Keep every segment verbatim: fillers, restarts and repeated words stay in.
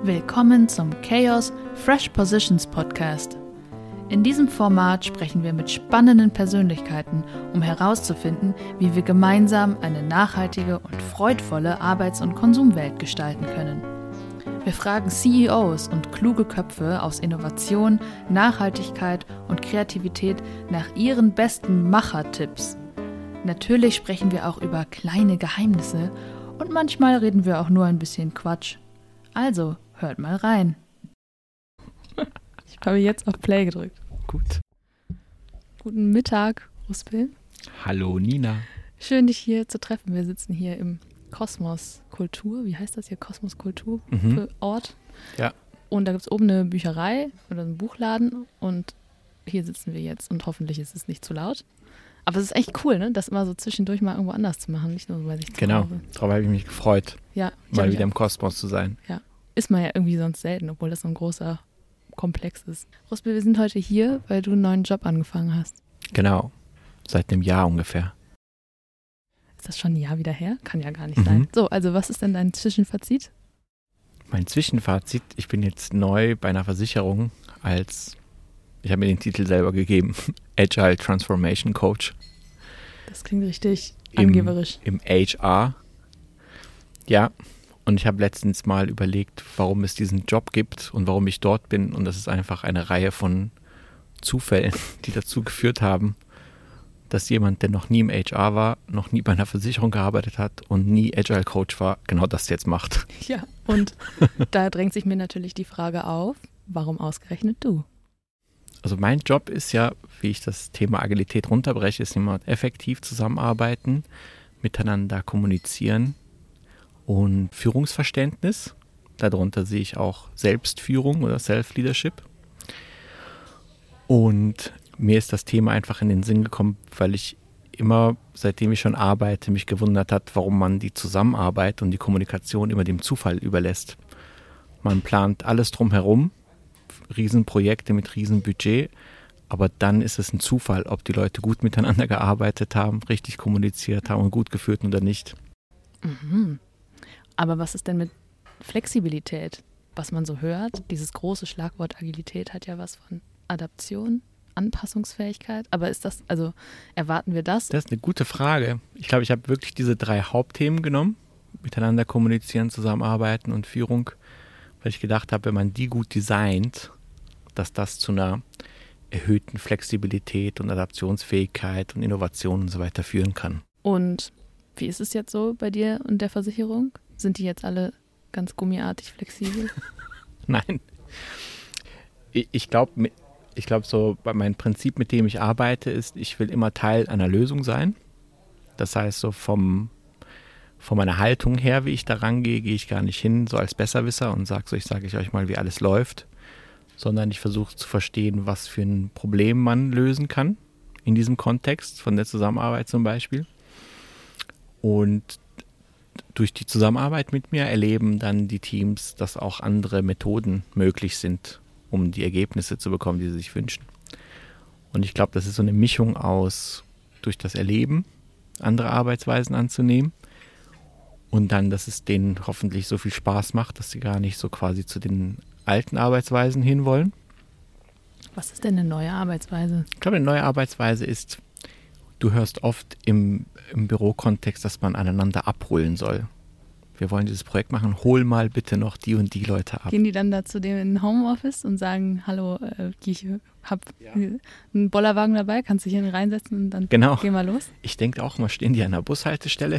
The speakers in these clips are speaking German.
Willkommen zum Chaos Fresh Positions Podcast. In diesem Format sprechen wir mit spannenden Persönlichkeiten, um herauszufinden, wie wir gemeinsam eine nachhaltige und freudvolle Arbeits- und Konsumwelt gestalten können. Wir fragen C E Os und kluge Köpfe aus Innovation, Nachhaltigkeit und Kreativität nach ihren besten Machertipps. Natürlich sprechen wir auch über kleine Geheimnisse und manchmal reden wir auch nur ein bisschen Quatsch. Also, hört mal rein. Ich habe jetzt auf Play gedrückt. Gut. Guten Mittag, Ruspel. Hallo Nina. Schön, dich hier zu treffen. Wir sitzen hier im Kosmos Kultur. Wie heißt das hier? Kosmos Kultur Mhm. Ort. Ja. Und da gibt es oben eine Bücherei oder einen Buchladen. Und hier sitzen wir jetzt und hoffentlich ist es nicht zu laut. Aber es ist echt cool, ne? Das immer so zwischendurch mal irgendwo anders zu machen, nicht nur so bei sich zu Genau, Hause. darauf habe ich mich gefreut, Ja, ich mal hab wieder mich im Kosmos zu sein. Ja, ist man ja irgendwie sonst selten, obwohl das so ein großer Komplex ist. Ruspel, wir sind heute hier, weil du einen neuen Job angefangen hast. Genau, seit einem Jahr ungefähr. Ist das schon ein Jahr wieder her? Kann ja gar nicht Mhm. sein. So, also was ist denn dein Zwischenfazit? Mein Zwischenfazit, ich bin jetzt neu bei einer Versicherung als, ich habe mir den Titel selber gegeben, Agile Transformation Coach. Das klingt richtig Im, angeberisch. Im H R. Ja, und ich habe letztens mal überlegt, warum es diesen Job gibt und warum ich dort bin. Und das ist einfach eine Reihe von Zufällen, die dazu geführt haben, dass jemand, der noch nie im H R war, noch nie bei einer Versicherung gearbeitet hat und nie Agile Coach war, genau das jetzt macht. Ja, und da drängt sich mir natürlich die Frage auf, warum ausgerechnet du? Also mein Job ist ja, wie ich das Thema Agilität runterbreche, ist immer effektiv zusammenarbeiten, miteinander kommunizieren und Führungsverständnis. Darunter sehe ich auch Selbstführung oder Self-Leadership. Und mir ist das Thema einfach in den Sinn gekommen, weil ich immer, seitdem ich schon arbeite, mich gewundert hat, warum man die Zusammenarbeit und die Kommunikation immer dem Zufall überlässt. Man plant alles drumherum, Riesenprojekte mit Riesenbudget, aber dann ist es ein Zufall, ob die Leute gut miteinander gearbeitet haben, richtig kommuniziert haben und gut geführt oder nicht. Mhm. Aber was ist denn mit Flexibilität? Was man so hört, dieses große Schlagwort Agilität hat ja was von Adaption, Anpassungsfähigkeit. Aber ist das, also erwarten wir das? Das ist eine gute Frage. Ich glaube, ich habe wirklich diese drei Hauptthemen genommen. Miteinander kommunizieren, zusammenarbeiten und Führung. Weil ich gedacht habe, wenn man die gut designt, dass das zu einer erhöhten Flexibilität und Adaptionsfähigkeit und Innovation und so weiter führen kann. Und wie ist es jetzt so bei dir und der Versicherung? Sind die jetzt alle ganz gummiartig flexibel? Nein. Ich, ich glaube, ich glaube so, mein Prinzip, mit dem ich arbeite, ist, ich will immer Teil einer Lösung sein. Das heißt, so vom Von meiner Haltung her, wie ich da rangehe, gehe ich gar nicht hin, so als Besserwisser und sage so, ich sage ich euch mal, wie alles läuft, sondern ich versuche zu verstehen, was für ein Problem man lösen kann in diesem Kontext von der Zusammenarbeit zum Beispiel. Und durch die Zusammenarbeit mit mir erleben dann die Teams, dass auch andere Methoden möglich sind, um die Ergebnisse zu bekommen, die sie sich wünschen. Und ich glaube, das ist so eine Mischung aus, durch das Erleben andere Arbeitsweisen anzunehmen, und dann, dass es denen hoffentlich so viel Spaß macht, dass sie gar nicht so quasi zu den alten Arbeitsweisen hinwollen. Was ist denn eine neue Arbeitsweise? Ich glaube, eine neue Arbeitsweise ist, du hörst oft im, im Bürokontext, dass man aneinander abholen soll. Wir wollen dieses Projekt machen, hol mal bitte noch die und die Leute ab. Gehen die dann da zu dem in Homeoffice und sagen, hallo, äh, ich habe Ja. einen Bollerwagen dabei, kannst dich hier reinsetzen und dann Genau. geh mal los? Ich denke auch mal, stehen die an der Bushaltestelle.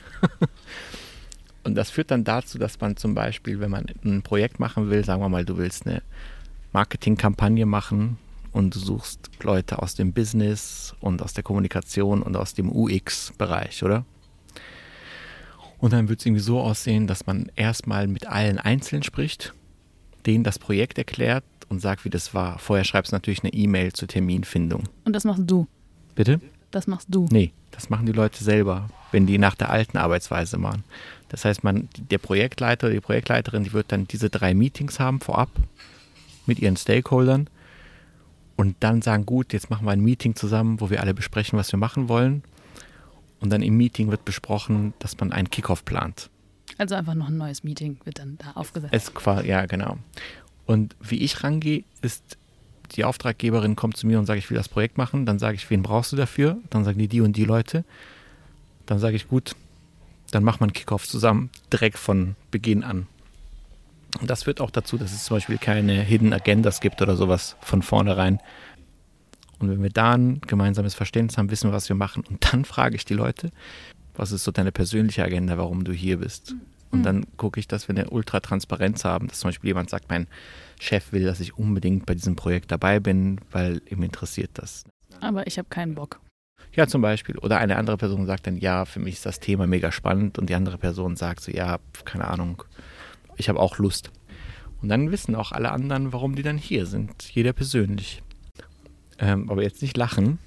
Und das führt dann dazu, dass man zum Beispiel, wenn man ein Projekt machen will, sagen wir mal, du willst eine Marketingkampagne machen und du suchst Leute aus dem Business und aus der Kommunikation und aus dem U X-Bereich, oder? Und dann wird es irgendwie so aussehen, dass man erstmal mit allen einzeln spricht, denen das Projekt erklärt und sagt, wie das war. Vorher schreibst du natürlich eine E-Mail zur Terminfindung. Und das machst du? Bitte? Das machst du? Nee, das machen die Leute selber, wenn die nach der alten Arbeitsweise machen. Das heißt, man, der Projektleiter oder die Projektleiterin, die wird dann diese drei Meetings haben vorab mit ihren Stakeholdern und dann sagen, gut, jetzt machen wir ein Meeting zusammen, wo wir alle besprechen, was wir machen wollen. Und dann im Meeting wird besprochen, dass man einen Kickoff plant. Also einfach noch ein neues Meeting wird dann da aufgesetzt. Es quasi, ja, genau. Und wie ich rangehe, ist, die Auftraggeberin kommt zu mir und sagt, ich will das Projekt machen. Dann sage ich, wen brauchst du dafür? Dann sagen die die und die Leute. Dann sage ich, gut, dann macht man einen Kickoff zusammen, direkt von Beginn an. Und das führt auch dazu, dass es zum Beispiel keine Hidden Agendas gibt oder sowas von vornherein. Und wenn wir da ein gemeinsames Verständnis haben, wissen wir, was wir machen. Und dann frage ich die Leute, was ist so deine persönliche Agenda, warum du hier bist? Und dann gucke ich, dass wir eine Ultratransparenz haben, dass zum Beispiel jemand sagt, mein Chef will, dass ich unbedingt bei diesem Projekt dabei bin, weil ihm interessiert das. Aber ich habe keinen Bock. Ja, zum Beispiel. Oder eine andere Person sagt dann, ja, für mich ist das Thema mega spannend. Und die andere Person sagt so, ja, keine Ahnung, ich habe auch Lust. Und dann wissen auch alle anderen, warum die dann hier sind. Jeder persönlich. Ähm, aber jetzt nicht lachen.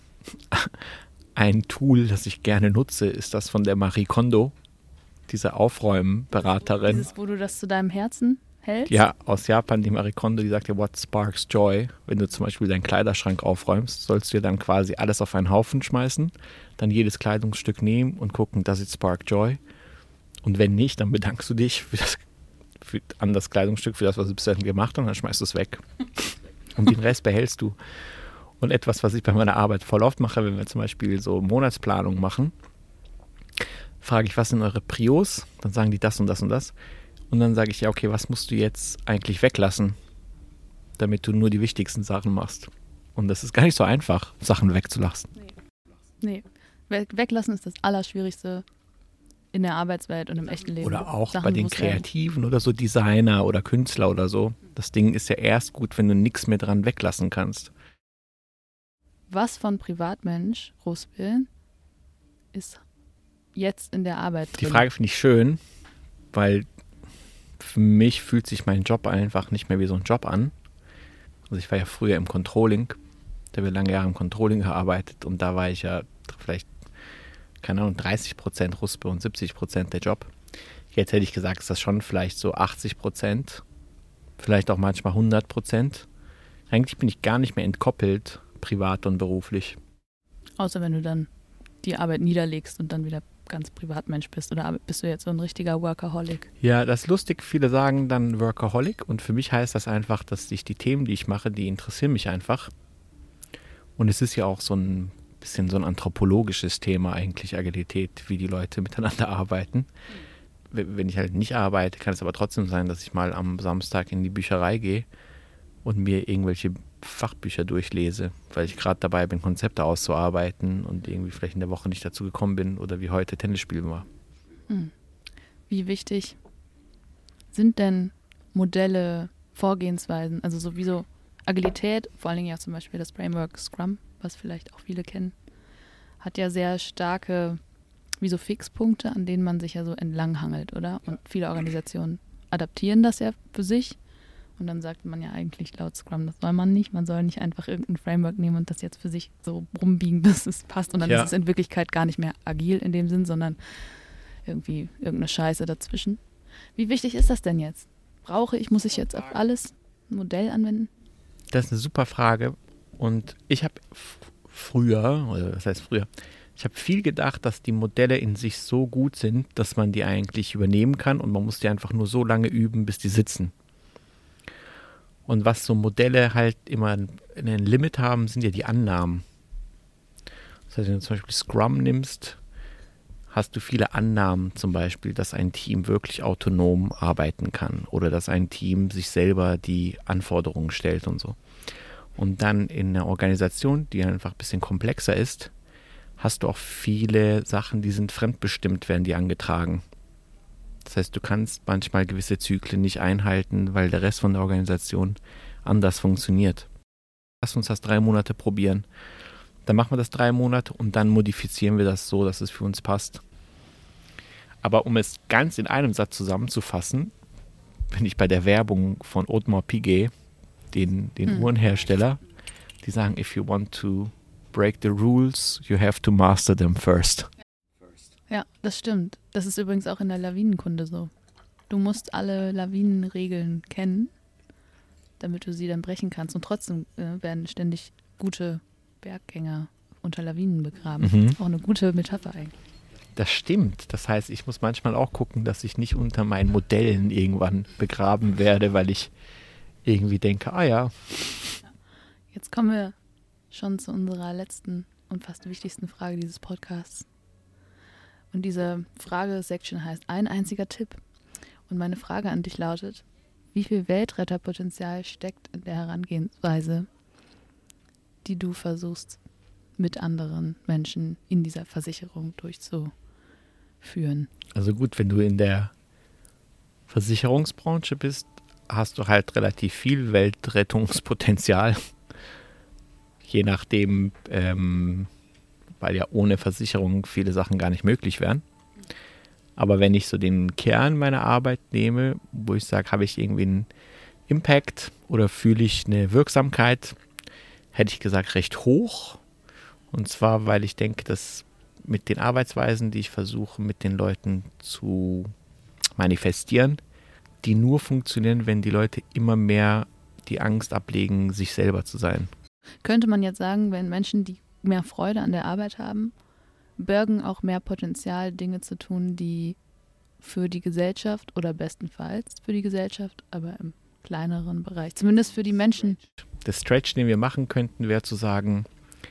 Ein Tool, das ich gerne nutze, ist das von der Marie Kondo, diese Aufräumberaterin. Dieses, wo du das zu deinem Herzen hältst? Ja, aus Japan, die Marie Kondo, die sagt ja, what sparks joy? Wenn du zum Beispiel deinen Kleiderschrank aufräumst, sollst du dir dann quasi alles auf einen Haufen schmeißen, dann jedes Kleidungsstück nehmen und gucken, does it spark joy? Und wenn nicht, dann bedankst du dich für das, für, an das Kleidungsstück, für das, was du bisher gemacht hast, und dann schmeißt du es weg. Und den Rest behältst du. Und etwas, was ich bei meiner Arbeit voll oft mache, wenn wir zum Beispiel so Monatsplanung machen, frage ich, was sind eure Prios? Dann sagen die das und das und das. Und dann sage ich, ja, okay, was musst du jetzt eigentlich weglassen, damit du nur die wichtigsten Sachen machst? Und das ist gar nicht so einfach, Sachen wegzulassen. Nee, nee. Weglassen ist das Allerschwierigste in der Arbeitswelt und im echten Leben. Oder auch Sachen bei den Kreativen oder so Designer oder Künstler oder so. Das Ding ist ja erst gut, wenn du nichts mehr dran weglassen kannst. Was von Privatmensch, Roswil, ist jetzt in der Arbeit drin? Die Frage finde ich schön, weil für mich fühlt sich mein Job einfach nicht mehr wie so ein Job an. Also ich war ja früher im Controlling, da habe ich lange Jahre im Controlling gearbeitet und da war ich ja vielleicht, keine Ahnung, dreißig Prozent Ruspe und siebzig Prozent der Job. Jetzt hätte ich gesagt, ist das schon vielleicht so achtzig Prozent, vielleicht auch manchmal hundert Prozent. Eigentlich bin ich gar nicht mehr entkoppelt, privat und beruflich. Außer wenn du dann die Arbeit niederlegst und dann wieder ganz Privatmensch bist, oder bist du jetzt so ein richtiger Workaholic? Ja, das ist lustig. Viele sagen dann Workaholic und für mich heißt das einfach, dass ich die Themen, die ich mache, die interessieren mich einfach. Und es ist ja auch so ein bisschen so ein anthropologisches Thema eigentlich, Agilität, wie die Leute miteinander arbeiten. Wenn ich halt nicht arbeite, kann es aber trotzdem sein, dass ich mal am Samstag in die Bücherei gehe und mir irgendwelche Fachbücher durchlese, weil ich gerade dabei bin, Konzepte auszuarbeiten und irgendwie vielleicht in der Woche nicht dazu gekommen bin oder wie heute Tennis spielen war. Wie wichtig sind denn Modelle, Vorgehensweisen, also sowieso Agilität, vor allen Dingen ja zum Beispiel das Framework Scrum, was vielleicht auch viele kennen, hat ja sehr starke, wie so Fixpunkte, an denen man sich ja so entlanghangelt, oder? Und viele Organisationen adaptieren das ja für sich. Und dann sagt man ja eigentlich laut Scrum, das soll man nicht. Man soll nicht einfach irgendein Framework nehmen und das jetzt für sich so rumbiegen, bis es passt. Und dann ja. ist es in Wirklichkeit gar nicht mehr agil in dem Sinn, sondern irgendwie irgendeine Scheiße dazwischen. Wie wichtig ist das denn jetzt? Brauche ich, muss ich jetzt auf alles ein Modell anwenden? Das ist eine super Frage. Und ich habe f- früher, oder was heißt früher, ich habe viel gedacht, dass die Modelle in sich so gut sind, dass man die eigentlich übernehmen kann und man muss die einfach nur so lange üben, bis die sitzen. Und was so Modelle halt immer ein Limit haben, sind ja die Annahmen. Das heißt, wenn du zum Beispiel Scrum nimmst, hast du viele Annahmen, zum Beispiel, dass ein Team wirklich autonom arbeiten kann oder dass ein Team sich selber die Anforderungen stellt und so. Und dann in einer Organisation, die einfach ein bisschen komplexer ist, hast du auch viele Sachen, die sind fremdbestimmt, werden die angetragen. Das heißt, du kannst manchmal gewisse Zyklen nicht einhalten, weil der Rest von der Organisation anders funktioniert. Lass uns das drei Monate probieren. Dann machen wir das drei Monate und dann modifizieren wir das so, dass es für uns passt. Aber um es ganz in einem Satz zusammenzufassen, bin ich bei der Werbung von Audemars Piguet, den, den hm. Uhrenhersteller, die sagen, if you want to break the rules, you have to master them first. Ja, das stimmt. Das ist übrigens auch in der Lawinenkunde so. Du musst alle Lawinenregeln kennen, damit du sie dann brechen kannst. Und trotzdem äh, werden ständig gute Berggänger unter Lawinen begraben. Mhm. Auch eine gute Metapher eigentlich. Das stimmt. Das heißt, ich muss manchmal auch gucken, dass ich nicht unter meinen Modellen irgendwann begraben werde, weil ich irgendwie denke, ah ja. Jetzt kommen wir schon zu unserer letzten und fast wichtigsten Frage dieses Podcasts. Und diese Frage-Section heißt ein einziger Tipp. Und meine Frage an dich lautet, wie viel Weltretterpotenzial steckt in der Herangehensweise, die du versuchst, mit anderen Menschen in dieser Versicherung durchzuführen? Also gut, wenn du in der Versicherungsbranche bist, hast du halt relativ viel Weltrettungspotenzial. Je nachdem, ähm, weil ja ohne Versicherung viele Sachen gar nicht möglich wären. Aber wenn ich so den Kern meiner Arbeit nehme, wo ich sage, habe ich irgendwie einen Impact oder fühle ich eine Wirksamkeit, hätte ich gesagt, recht hoch. Und zwar, weil ich denke, dass mit den Arbeitsweisen, die ich versuche, mit den Leuten zu manifestieren, die nur funktionieren, wenn die Leute immer mehr die Angst ablegen, sich selber zu sein. Könnte man jetzt sagen, wenn Menschen, die mehr Freude an der Arbeit haben, bergen auch mehr Potenzial, Dinge zu tun, die für die Gesellschaft oder bestenfalls für die Gesellschaft, aber im kleineren Bereich, zumindest für die Menschen. Der Stretch, den wir machen könnten, wäre zu sagen,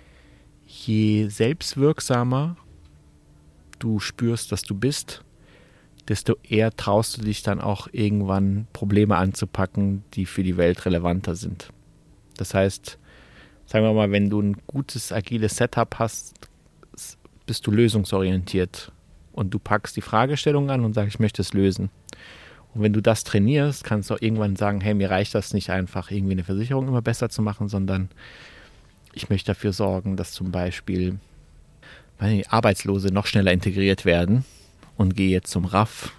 je selbstwirksamer du spürst, dass du bist, desto eher traust du dich dann auch irgendwann Probleme anzupacken, die für die Welt relevanter sind. Das heißt, sagen wir mal, wenn du ein gutes, agiles Setup hast, bist du lösungsorientiert und du packst die Fragestellung an und sagst, ich möchte es lösen. Und wenn du das trainierst, kannst du auch irgendwann sagen, hey, mir reicht das nicht einfach, irgendwie eine Versicherung immer besser zu machen, sondern ich möchte dafür sorgen, dass zum Beispiel meine Arbeitslose noch schneller integriert werden und gehe jetzt zum R A F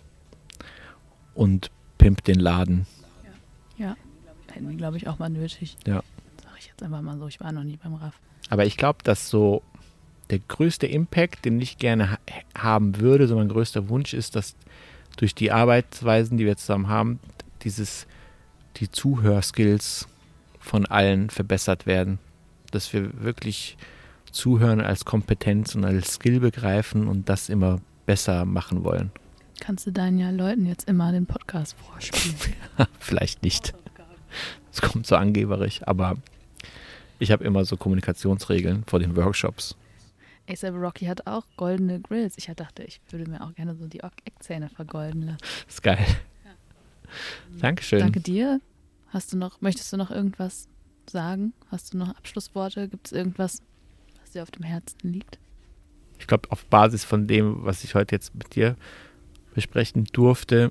und pimp den Laden. Ja, ja. Hätten wir, glaube ich, auch mal nötig. Ja. Sag ich jetzt einfach mal so, ich war noch nie beim R A F. Aber ich glaube, dass so der größte Impact, den ich gerne ha- haben würde, so mein größter Wunsch ist, dass durch die Arbeitsweisen, die wir zusammen haben, dieses, die Zuhörskills von allen verbessert werden. Dass wir wirklich Zuhören als Kompetenz und als Skill begreifen und das immer besser machen wollen. Kannst du deinen ja Leuten jetzt immer den Podcast vorspielen? Vielleicht nicht. Es kommt so angeberisch, aber ich habe immer so Kommunikationsregeln vor den Workshops. A$AP Rocky hat auch goldene Grills. Ich dachte, ich würde mir auch gerne so die Eckzähne vergolden lassen. Das ist geil. Ja. Dankeschön. Danke dir. Hast du noch, möchtest du noch irgendwas sagen? Hast du noch Abschlussworte? Gibt es irgendwas, was dir auf dem Herzen liegt? Ich glaube, auf Basis von dem, was ich heute jetzt mit dir besprechen durfte,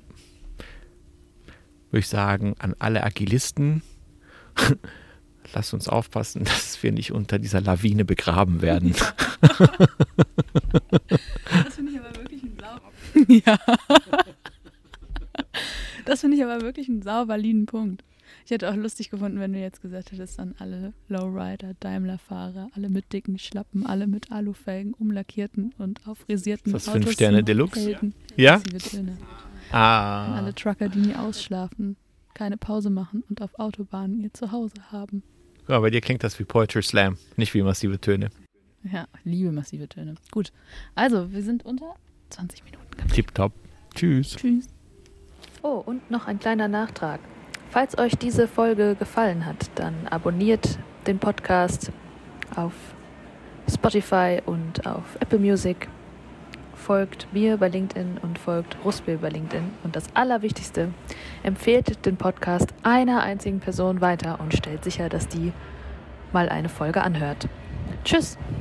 würde ich sagen, an alle Agilisten, lasst uns aufpassen, dass wir nicht unter dieser Lawine begraben werden. Das finde ich aber wirklich ein sau... Ja. Das finde ich aber wirklich einen sauvaliden Punkt. Ich hätte auch lustig gefunden, wenn du jetzt gesagt hättest, an alle Lowrider, Daimler-Fahrer, alle mit dicken Schlappen, alle mit Alufelgen, umlackierten und auffrisierten Autos. Das Autos. fünf Sterne Deluxe? Helden. Ja? Ah. An alle Trucker, die nie ausschlafen, keine Pause machen und auf Autobahnen ihr Zuhause haben. Ja, bei dir klingt das wie Poetry Slam, nicht wie massive Töne. Ja, liebe massive Töne. Gut, also wir sind unter zwanzig Minuten. Tipptopp. Tschüss. Tschüss. Oh, und noch ein kleiner Nachtrag. Falls euch diese Folge gefallen hat, dann abonniert den Podcast auf Spotify und auf Apple Music. Folgt mir bei LinkedIn und folgt Ruspe bei LinkedIn. Und das Allerwichtigste, empfehlt den Podcast einer einzigen Person weiter und stellt sicher, dass die mal eine Folge anhört. Tschüss!